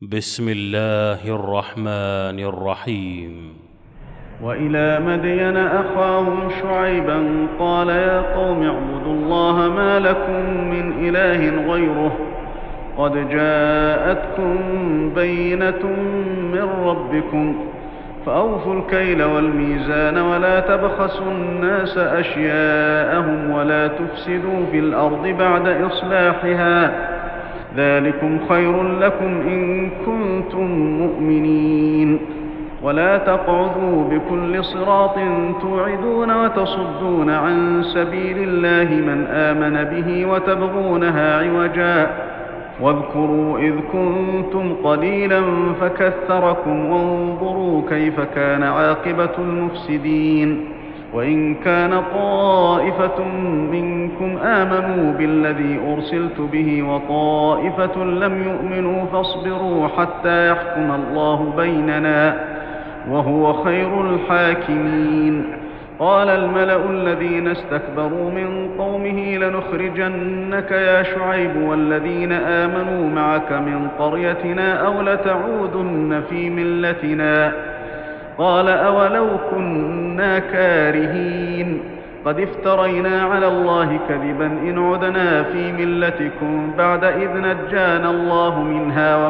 بسم الله الرحمن الرحيم. وإلى مدين أخاهم شعيبا قال يا قوم اعبدوا الله ما لكم من إله غيره قد جاءتكم بينة من ربكم فأوفوا الكيل والميزان ولا تبخسوا الناس أشياءهم ولا تفسدوا في الأرض بعد إصلاحها ذلكم خير لكم إن كنتم مؤمنين ولا تقعدوا بكل صراط توعدون وتصدون عن سبيل الله من آمن به وتبغونها عوجا واذكروا إذ كنتم قليلا فكثركم وانظروا كيف كان عاقبة المفسدين وإن كان طائفة منكم آمنوا بالذي أرسلت به وطائفة لم يؤمنوا فاصبروا حتى يحكم الله بيننا وهو خير الحاكمين قال الملأ الذين استكبروا من قومه لنخرجنك يا شعيب والذين آمنوا معك من قريتنا أو لتعودن في ملتنا قال أولو كنا كارهين قد افترينا على الله كذبا إن عدنا في ملتكم بعد إذ نجانا الله منها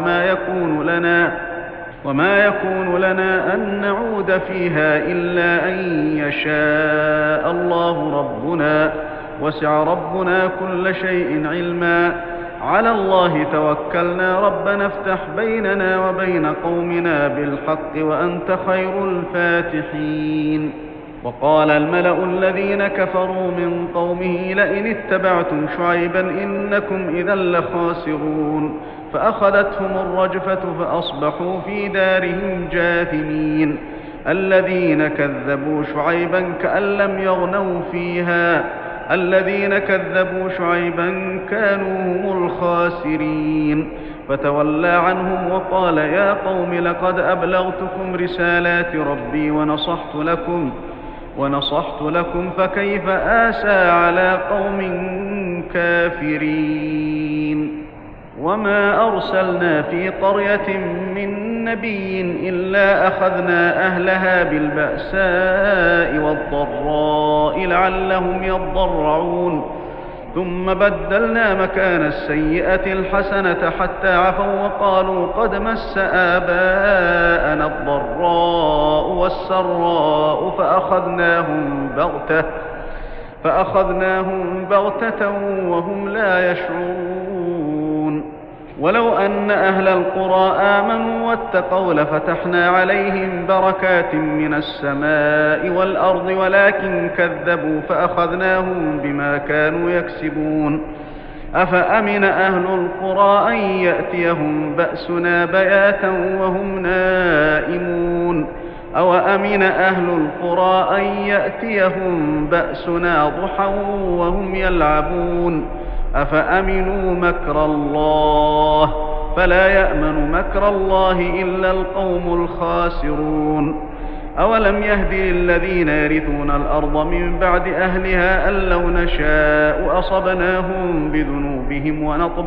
وما يكون لنا أن نعود فيها إلا أن يشاء الله ربنا وسع ربنا كل شيء علما على الله توكلنا ربنا افتح بيننا وبين قومنا بالحق وأنت خير الفاتحين وقال الملأ الذين كفروا من قومه لئن اتبعتم شعيبا إنكم إذا لخاسرون فأخذتهم الرجفة فأصبحوا في دارهم جاثمين الذين كذبوا شعيبا كأن لم يغنوا فيها الذين كذبوا شعيبا كانوا هم الخاسرين فتولى عنهم وقال يا قوم لقد أبلغتكم رسالات ربي ونصحت لكم فكيف آسى على قوم كافرين وما أرسلنا في قرية من نبي إلا أخذنا أهلها بالبأساء والضراء لعلهم يضرعون ثم بدلنا مكان السيئة الحسنة حتى عفوا وقالوا قد مس آباءنا الضراء والسراء فأخذناهم بغتة وهم لا يشعرون ولو أن أهل القرى آمنوا واتقوا لفتحنا عليهم بركات من السماء والأرض ولكن كذبوا فأخذناهم بما كانوا يكسبون أفأمن أهل القرى أن يأتيهم بأسنا بياتا وهم نائمون أو أمن أهل القرى أن يأتيهم بأسنا ضحى وهم يلعبون أفأمنوا مكر الله فلا يأمن مكر الله إلا القوم الخاسرون أولم يهد للذين يرثون الأرض من بعد أهلها أن لو نشاء أصبناهم بذنوبهم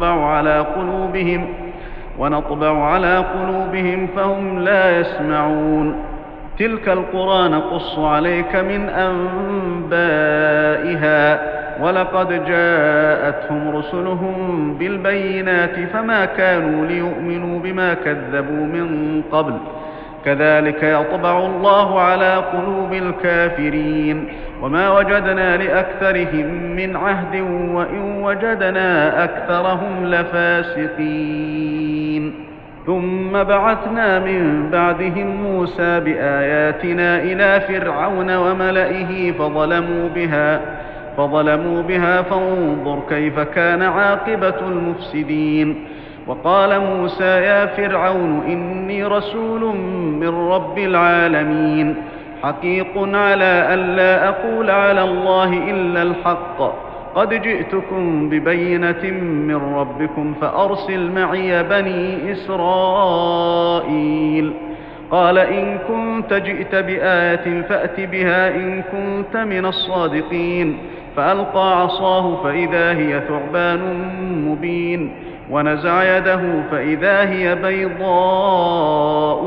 ونطبع على قلوبهم فهم لا يسمعون تلك القرى نقص عليك من أنبائها ولقد جاءتهم رسلهم بالبينات فما كانوا ليؤمنوا بما كذبوا من قبل كذلك يطبع الله على قلوب الكافرين وما وجدنا لأكثرهم من عهد وإن وجدنا أكثرهم لفاسقين ثم بعثنا من بعدهم موسى بآياتنا إلى فرعون وملئه فظلموا بها فانظر كيف كان عاقبة المفسدين وقال موسى يا فرعون إني رسول من رب العالمين حقيق على ألا أقول على الله إلا الحق قد جئتكم ببينة من ربكم فأرسل معي بني إسرائيل قال إن كنت جئت بآية فأت بها إن كنت من الصادقين فألقى عصاه فإذا هي ثعبان مبين ونزع يده فإذا هي بيضاء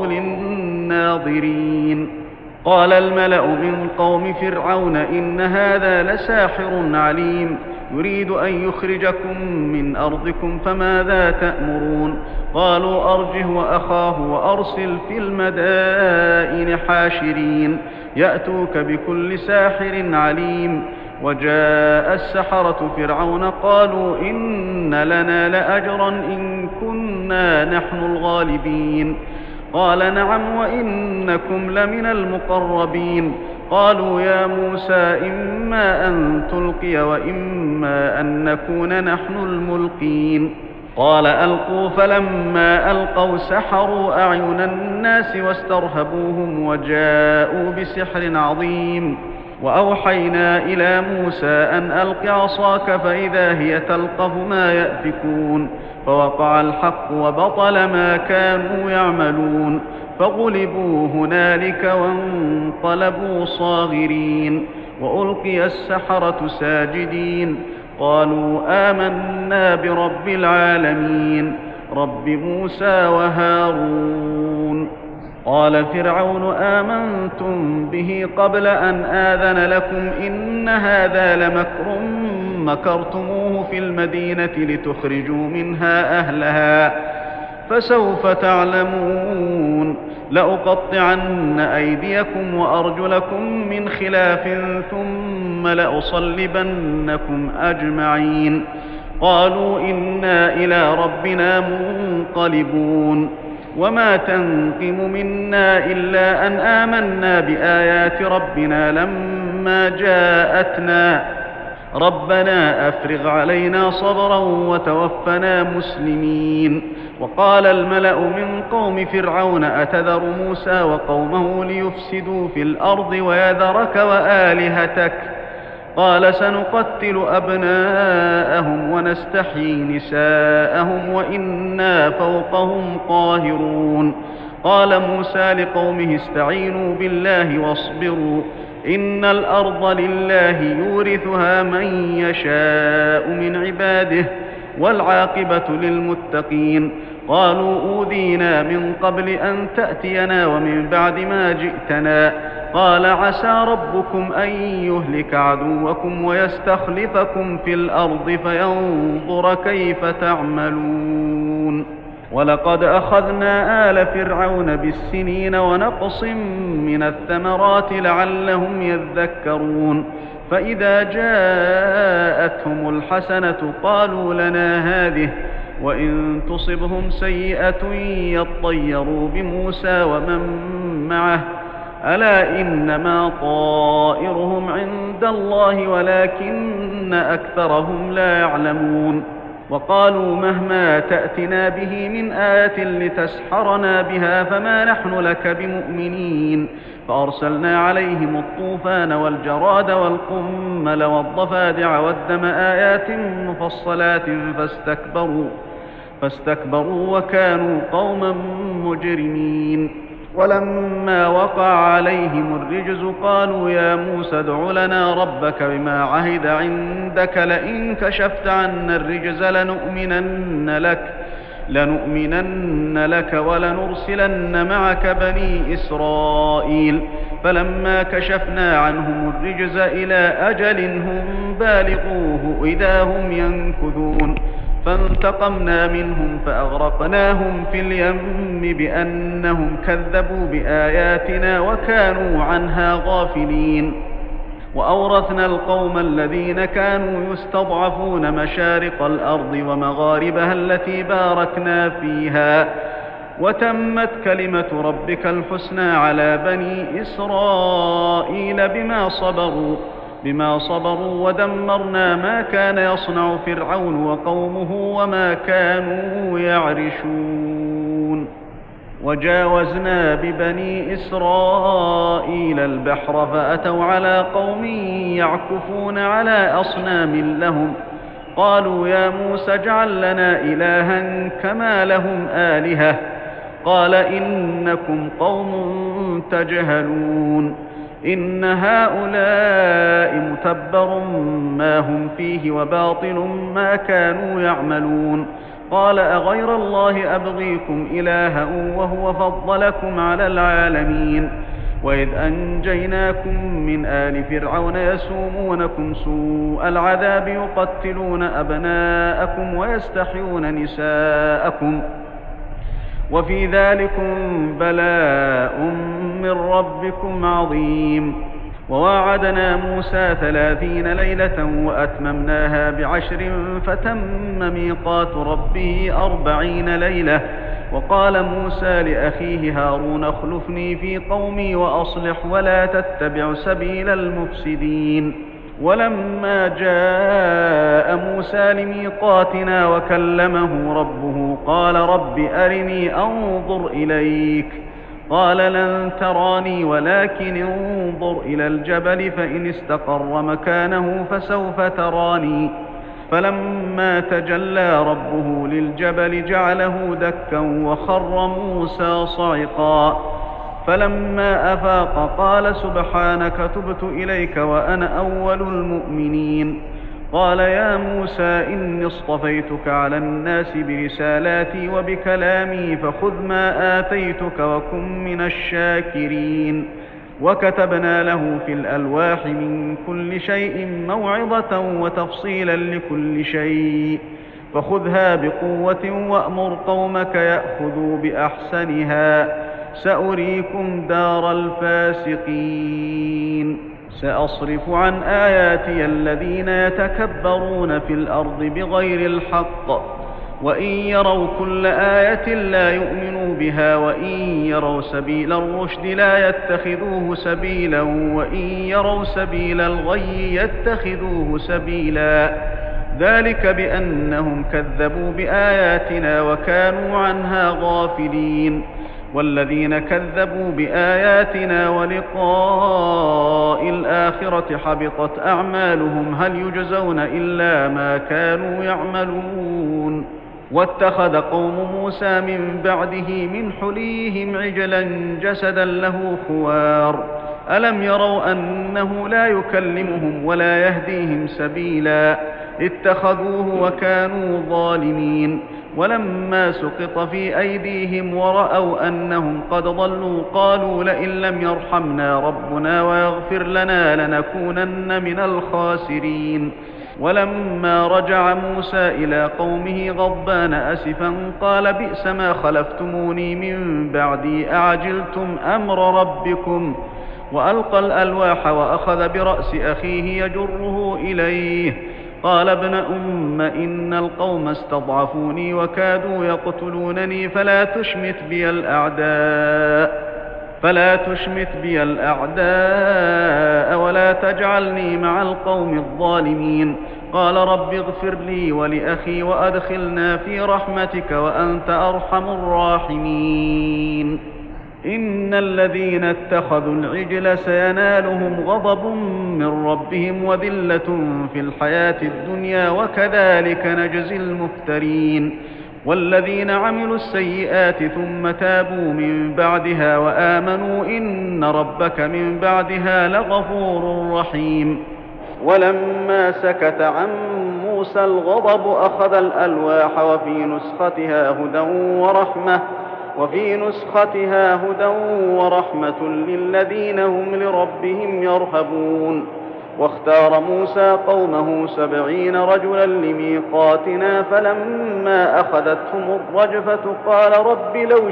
للناظرين. قال الملأ من قوم فرعون إن هذا لساحر عليم يريد أن يخرجكم من أرضكم فماذا تأمرون؟ قالوا أرجه وأخاه وأرسل في المدائن حاشرين يأتوك بكل ساحر عليم. وجاء السحرة فرعون قالوا إن لنا لأجرا إن كنا نحن الغالبين. قال نعم وإنكم لمن المقربين. قالوا يا موسى إما أن تلقي وإما أن نكون نحن الملقين. قال ألقوا فلما ألقوا سحروا أعين الناس واسترهبوهم وجاءوا بسحر عظيم. وأوحينا إلى موسى أن ألق عصاك فإذا هي تلقف ما يأفكون فوقع الحق وبطل ما كانوا يعملون فغلبوا هنالك وانقلبوا صاغرين. وألقي السحرة ساجدين قالوا آمنا برب العالمين رب موسى وهارون. قال فرعون آمنتم به قبل أن آذن لكم إن هذا لمكر مكرتموه في المدينة لتخرجوا منها أهلها فسوف تعلمون. لأقطعن أيديكم وأرجلكم من خلاف ثم لأصلبنكم أجمعين. قالوا إنا إلى ربنا منقلبون. وما تنقم منا إلا أن آمنا بآيات ربنا لما جاءتنا ربنا أفرغ علينا صبرا وتوفنا مسلمين. وقال الملأ من قوم فرعون أتذر موسى وقومه ليفسدوا في الأرض ويذرك وآلهتك قال سنقتل أبناءهم ونستحيي نساءهم وإنا فوقهم قاهرون. قال موسى لقومه استعينوا بالله واصبروا إن الأرض لله يورثها من يشاء من عباده والعاقبة للمتقين. قالوا أوذينا من قبل أن تأتينا ومن بعد ما جئتنا قال عسى ربكم أن يهلك عدوكم ويستخلفكم في الأرض فينظر كيف تعملون. ولقد أخذنا آل فرعون بالسنين ونقص من الثمرات لعلهم يذكرون. فإذا جاءتهم الحسنة قالوا لنا هذه وإن تصبهم سيئة يطيروا بموسى ومن معه ألا إنما طائرهم عند الله ولكن أكثرهم لا يعلمون. وقالوا مهما تأتنا به من آية لتسحرنا بها فما نحن لك بمؤمنين. فأرسلنا عليهم الطوفان والجراد والقمل والضفادع والدم آيات مفصلات فاستكبروا وكانوا قوما مجرمين. ولما وقع عليهم الرجز قالوا يا موسى ادع لنا ربك بما عهد عندك لئن كشفت عنا الرجز لنؤمنن لك ولنرسلن معك بني إسرائيل. فلما كشفنا عنهم الرجز إلى أجل هم بالغوه إذا هم ينكثون فانتقمنا منهم فأغرقناهم في اليم بأنهم كذبوا بآياتنا وكانوا عنها غافلين. وأورثنا القوم الذين كانوا يستضعفون مشارق الأرض ومغاربها التي باركنا فيها وتمت كلمة ربك الحسنى على بني إسرائيل بما صبروا ودمرنا ما كان يصنع فرعون وقومه وما كانوا يعرشون. وجاوزنا ببني إسرائيل البحر فأتوا على قوم يعكفون على أصنام لهم قالوا يا موسى اجعل لنا إلها كما لهم آلهة قال إنكم قوم تجهلون. إن هؤلاء متبر ما هم فيه وباطل ما كانوا يعملون. قال أغير الله أبغيكم إلها وهو فضلكم على العالمين وإذ أنجيناكم من آل فرعون يسومونكم سوء العذاب يقتلون أبناءكم ويستحيون نساءكم وفي ذلكم بلاء من ربكم عظيم. وواعدنا موسى 30 ليلة وأتممناها ب10 فتم ميقات ربه 40 ليلة. وقال موسى لأخيه هارون اخلفني في قومي وأصلح ولا تتبع سبيل المفسدين. ولما جاء موسى لميقاتنا وكلمه ربه قال رب أرني أنظر إليك قال لن تراني ولكن انظر إلى الجبل فإن استقر مكانه فسوف تراني. فلما تجلى ربه للجبل جعله دكا وخر موسى صعقا. فلما أفاق قال سبحانك تبت إليك وأنا أول المؤمنين. قال يا موسى إني اصطفيتك على الناس برسالاتي وبكلامي فخذ ما آتيتك وكن من الشاكرين. وكتبنا له في الألواح من كل شيء موعظة وتفصيلا لكل شيء فخذها بقوة وأمر قومك يأخذوا بأحسنها سأريكم دار الفاسقين. سأصرف عن آياتي الذين يتكبرون في الأرض بغير الحق وإن يروا كل آية لا يؤمنوا بها وإن يروا سبيل الرشد لا يتخذوه سبيلا وإن يروا سبيل الغي يتخذوه سبيلا. ذلك بأنهم كذبوا بآياتنا وكانوا عنها غافلين. والذين كذبوا بآياتنا ولقاء الآخرة حبطت أعمالهم هل يجزون إلا ما كانوا يعملون. واتخذ قوم موسى من بعده من حليهم عجلا جسدا له خوار ألم يروا أنه لا يكلمهم ولا يهديهم سبيلا اتخذوه وكانوا ظالمين. ولما سقط في أيديهم ورأوا أنهم قد ضلوا قالوا لئن لم يرحمنا ربنا ويغفر لنا لنكونن من الخاسرين. ولما رجع موسى إلى قومه غضبان أسفا قال بئس ما خلفتموني من بعدي أعجلتم أمر ربكم. وألقى الألواح وأخذ برأس أخيه يجره إليه قال ابن أم إن القوم استضعفوني وكادوا يقتلونني فلا تشمت بي الأعداء ولا تجعلني مع القوم الظالمين. قال رب اغفر لي ولأخي وأدخلنا في رحمتك وأنت أرحم الراحمين. إن الذين اتخذوا العجل سينالهم غضب من ربهم وذلة في الحياة الدنيا وكذلك نجزي المفترين. والذين عملوا السيئات ثم تابوا من بعدها وآمنوا إن ربك من بعدها لغفور رحيم. ولما سكت عن موسى الغضب أخذ الألواح وفي نسختها هدى ورحمة للذين هم لربهم يرهبون. واختار موسى قومه 70 رجلا لميقاتنا فلما أخذتهم الرجفة قال رب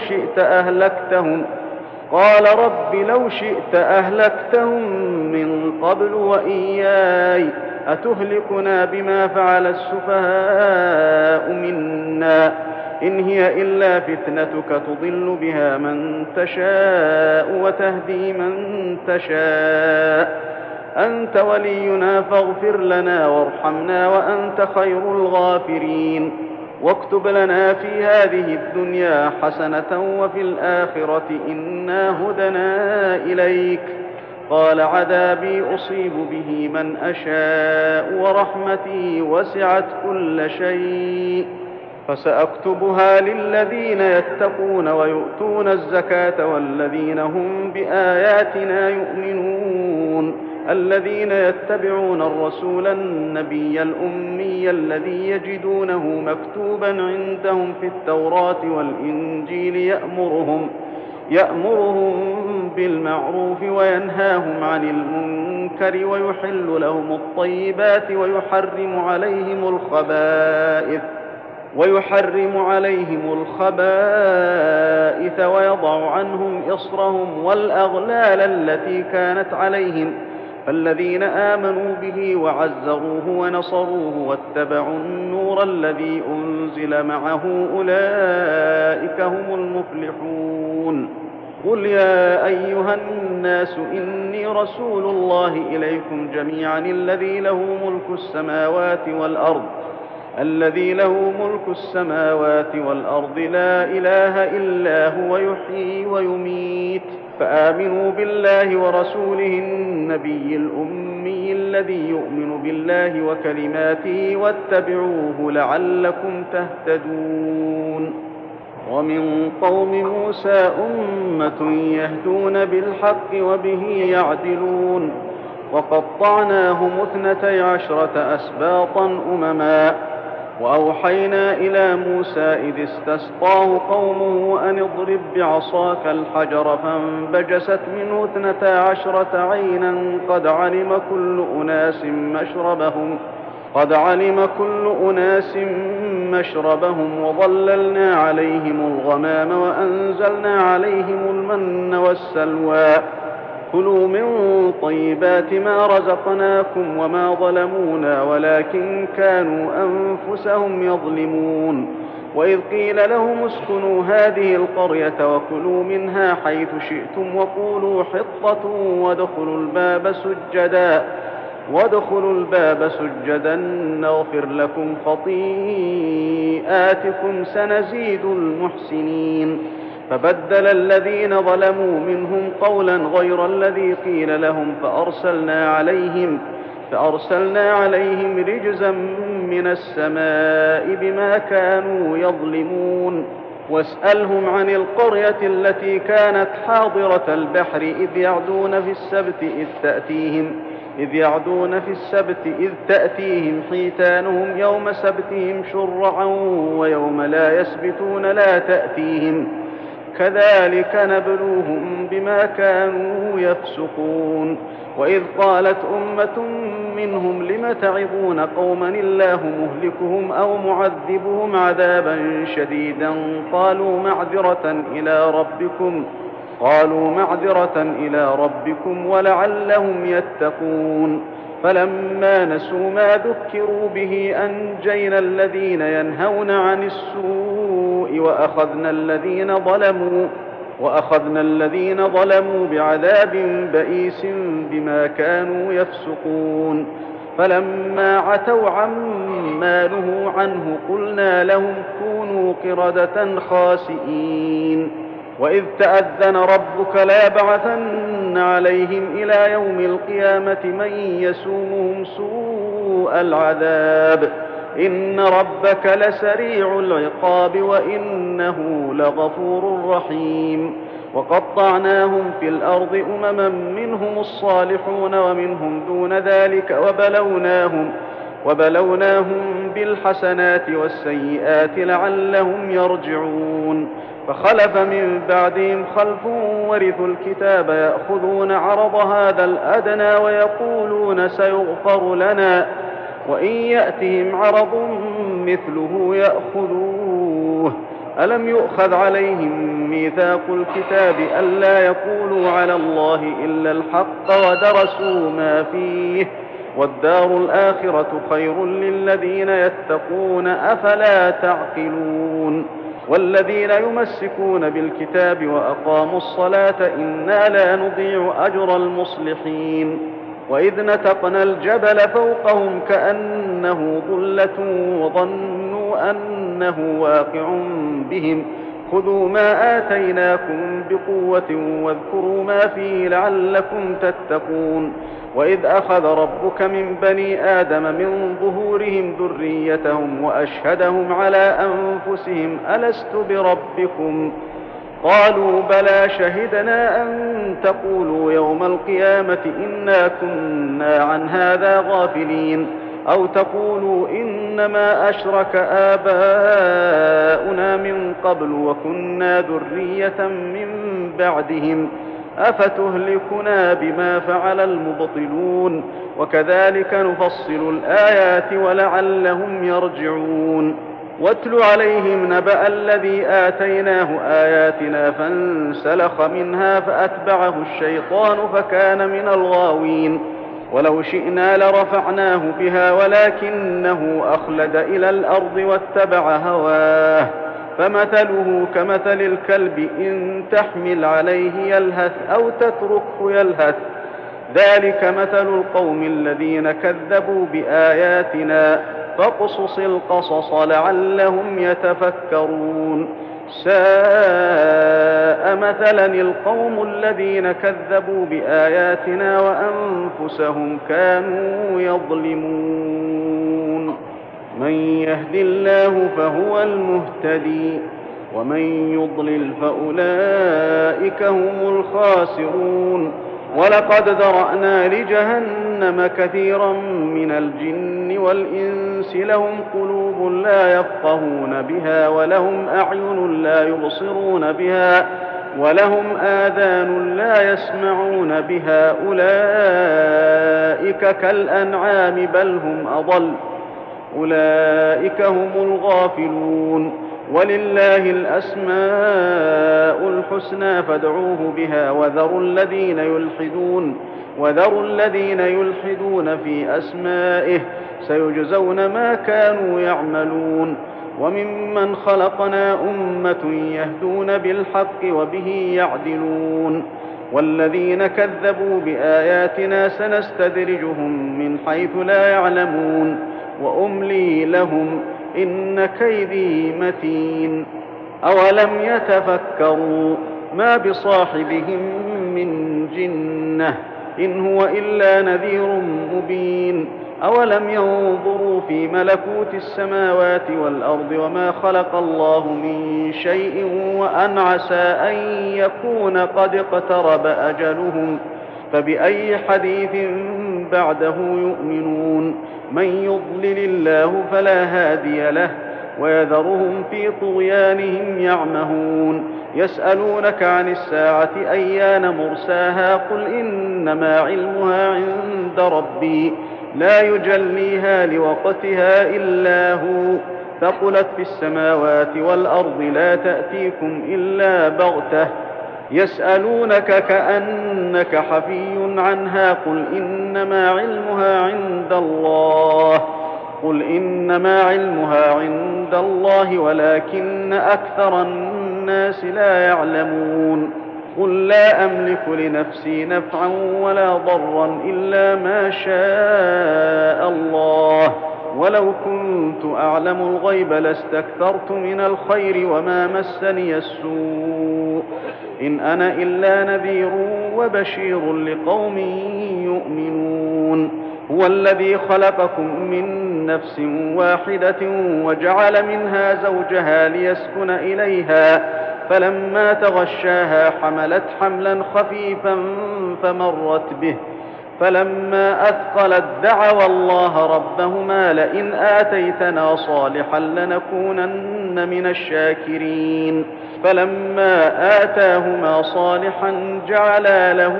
لو شئت أهلكتهم من قبل وإياي أتهلكنا بما فعل السفهاء منا إن هي إلا فتنتك تضل بها من تشاء وتهدي من تشاء أنت ولينا فاغفر لنا وارحمنا وأنت خير الغافرين. واكتب لنا في هذه الدنيا حسنة وفي الآخرة إنا هدنا إليك. قال عذابي أصيب به من أشاء ورحمتي وسعت كل شيء فسأكتبها للذين يتقون ويؤتون الزكاة والذين هم بآياتنا يؤمنون الذين يتبعون الرسول النبي الأمي الذي يجدونه مكتوبا عندهم في التوراة والإنجيل يأمرهم بالمعروف وينهاهم عن المنكر ويحل لهم الطيبات ويحرم عليهم الخبائث ويضع عنهم إصرهم والأغلال التي كانت عليهم. فالذين آمنوا به وعزروه ونصروه واتبعوا النور الذي أنزل معه أولئك هم المفلحون. قل يا أيها الناس إني رسول الله إليكم جميعا الذي له ملك السماوات والأرض لا إله إلا هو يحيي ويميت. فآمنوا بالله ورسوله النبي الأمي الذي يؤمن بالله وكلماته واتبعوه لعلكم تهتدون. ومن قوم موسى أمة يهدون بالحق وبه يعدلون. وقطعناهم 12 أسباطا أمما. وأوحينا إلى موسى إذ استسقاه قومه أن اضرب بعصاك الحجر فانبجست منه 12 عينا قد علم كل أناس مشربهم وظللنا عليهم الغمام وأنزلنا عليهم المن والسلوى. كلوا من طيبات ما رزقناكم وما ظلمونا ولكن كانوا أنفسهم يظلمون. وإذ قيل لهم اسكنوا هذه القرية وكلوا منها حيث شئتم وقولوا حطة وادخلوا الباب سجدا نغفر لكم خطيئاتكم سنزيد المحسنين. فبدل الذين ظلموا منهم قولا غير الذي قيل لهم فأرسلنا عليهم رجزا من السماء بما كانوا يظلمون. واسألهم عن القرية التي كانت حاضرة البحر إذ يعدون في السبت إذ تأتيهم حيتانهم يوم سبتهم شرعا ويوم لا يسبتون لا تأتيهم كذلك نبلوهم بما كانوا يفسقون. وإذ قالت أمة منهم لم تعظون قوما الله مهلكهم أو معذبهم عذابا شديدا قالوا معذرة إلى ربكم ولعلهم يتقون. فلما نسوا ما ذكروا به أنجينا الذين ينهون عن السوء وأخذنا الذين ظلموا بعذاب بئيس بما كانوا يفسقون. فلما عتوا عما نهوا عنه قلنا لهم كونوا قردة خاسئين. وإذ تأذن ربك ليبعثن عليهم إلى يوم القيامة من يسومهم سوء العذاب إن ربك لسريع العقاب وإنه لغفور رحيم. وقطعناهم في الأرض أمما منهم الصالحون ومنهم دون ذلك وبلوناهم بالحسنات والسيئات لعلهم يرجعون. فخلف من بعدهم خلف ورثوا الكتاب يأخذون عرض هذا الأدنى ويقولون سيغفر لنا وإن يأتهم عرض مثله يأخذوه. ألم يؤخذ عليهم ميثاق الكتاب ألا يقولوا على الله إلا الحق ودرسوا ما فيه والدار الآخرة خير للذين يتقون أفلا تعقلون. والذين يمسكون بالكتاب وأقاموا الصلاة إنا لا نضيع أجر المصلحين. وإذ نتقنا الجبل فوقهم كأنه ظلة وظنوا أنه واقع بهم خذوا ما آتيناكم بقوة واذكروا ما فيه لعلكم تتقون. وإذ أخذ ربك من بني آدم من ظهورهم ذريتهم وأشهدهم على أنفسهم ألست بربكم قالوا بلى شهدنا أن تقولوا يوم القيامة إنا كنا عن هذا غافلين أو تقولوا إنما أشرك آباؤنا من قبل وكنا ذرية من بعدهم أفتهلكنا بما فعل المبطلون وكذلك نفصل الآيات ولعلهم يرجعون واتل عليهم نبأ الذي آتيناه آياتنا فانسلخ منها فأتبعه الشيطان فكان من الغاوين ولو شئنا لرفعناه بها ولكنه أخلد إلى الأرض واتبع هواه فمثله كمثل الكلب إن تحمل عليه يلهث أو تتركه يلهث ذلك مثل القوم الذين كذبوا بآياتنا فاقصص القصص لعلهم يتفكرون ساء مثلا القوم الذين كذبوا بآياتنا وأنفسهم كانوا يظلمون من يهد الله فهو المهتدي ومن يضلل فأولئك هم الخاسرون ولقد ذرأنا لجهنم كثيرا من الجن والإنس لهم قلوب لا يفقهون بها ولهم أعين لا يبصرون بها ولهم آذان لا يسمعون بها أولئك كالأنعام بل هم أضل أولئك هم الغافلون ولله الأسماء الحسنى فادعوه بها وذروا الذين يلحدون في أسمائه سيجزون ما كانوا يعملون وممن خلقنا أمة يهدون بالحق وبه يعدلون والذين كذبوا بآياتنا سنستدرجهم من حيث لا يعلمون وأملي لهم إن كيدي متين أولم يتفكروا ما بصاحبهم من جنة إن هو إلا نذير مبين أولم ينظروا في ملكوت السماوات والأرض وما خلق الله من شيء وأن عسى أن يكون قد اقترب أجلهم فبأي حديث بعده يؤمنون من يضلل الله فلا هادي له ويذرهم في طغيانهم يعمهون يسألونك عن الساعة أيان مرساها قل إنما علمها عند ربي لا يجليها لوقتها إلا هو ثقلت في السماوات والأرض لا تأتيكم إلا بغتة يسألونك كأنك حفي عنها قل إنما علمها عند الله ولكن أكثر الناس لا يعلمون قل لا أملك لنفسي نفعا ولا ضرا إلا ما شاء الله ولو كنت أعلم الغيب لاستكثرت من الخير وما مسني السوء إن أنا إلا نذير وبشير لقوم يؤمنون هو الذي خلقكم من نفس واحدة وجعل منها زوجها ليسكن إليها فلما تغشاها حملت حملا خفيفا فمرت به فلما أثقلت دعوا الله ربهما لئن آتيتنا صالحا لنكونن من الشاكرين فلما آتاهما صالحا جعلا له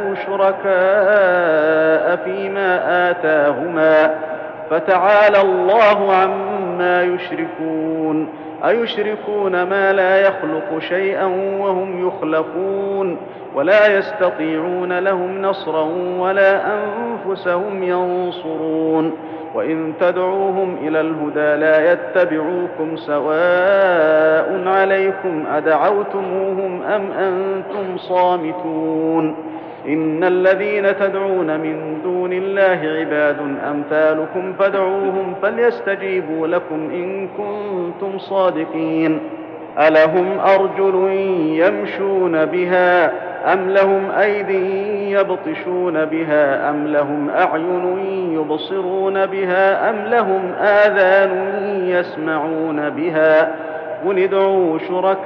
شركاء فيما آتاهما فتعالى الله عما يشركون أيشركون ما لا يخلق شيئا وهم يخلقون ولا يستطيعون لهم نصرا ولا أنفسهم ينصرون وإن تدعوهم إلى الهدى لا يتبعوكم سواء عليكم أدعوتموهم أم أنتم صامتون إن الذين تدعون من دون الله عباد أمثالكم فادعوهم فليستجيبوا لكم إن كنتم صادقين ألهم أرجل يمشون بها أم لهم أيد يبطشون بها أم لهم أعين يبصرون بها أم لهم آذان يسمعون بها قل ادعوا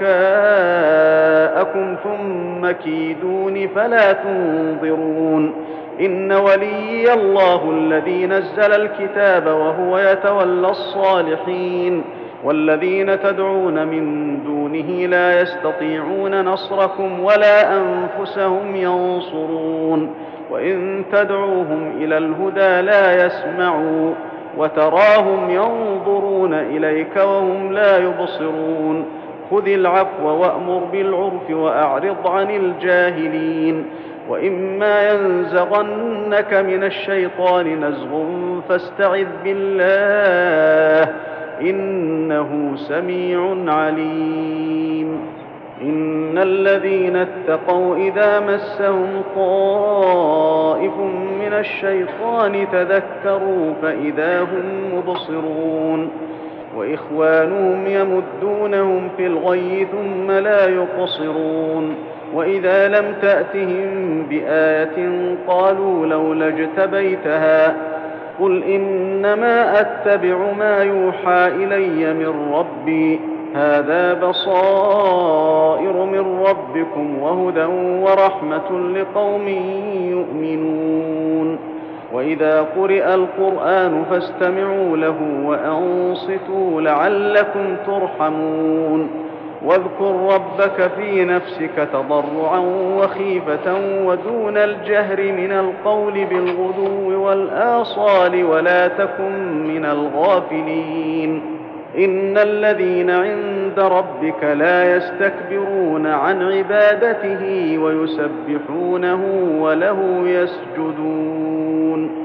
شركاءكم ثم كيدون فلا تنظرون إن وليي الله الذي نزل الكتاب وهو يتولى الصالحين والذين تدعون من دونه لا يستطيعون نصركم ولا أنفسهم ينصرون وإن تدعوهم إلى الهدى لا يسمعوا وتراهم ينظرون إليك وهم لا يبصرون خذ العفو وأمر بالعرف وأعرض عن الجاهلين وإما ينزغنك من الشيطان نزغ فاستعذ بالله إنه سميع عليم إن الذين اتقوا إذا مسهم طائف من الشيطان تذكروا فإذا هم مبصرون وإخوانهم يمدونهم في الغي ثم لا يقصرون وإذا لم تأتهم بآية قالوا لولا اجتبيتها قل إنما أتبع ما يوحى إلي من ربي هذا بصائر من ربكم وهدى ورحمة لقوم يؤمنون وإذا قرئ القرآن فاستمعوا له وأنصتوا لعلكم ترحمون واذكر ربك في نفسك تضرعا وخيفة ودون الجهر من القول بالغدو والآصال ولا تكن من الغافلين إن الذين عند ربك لا يستكبرون عن عبادته ويسبحونه وله يسجدون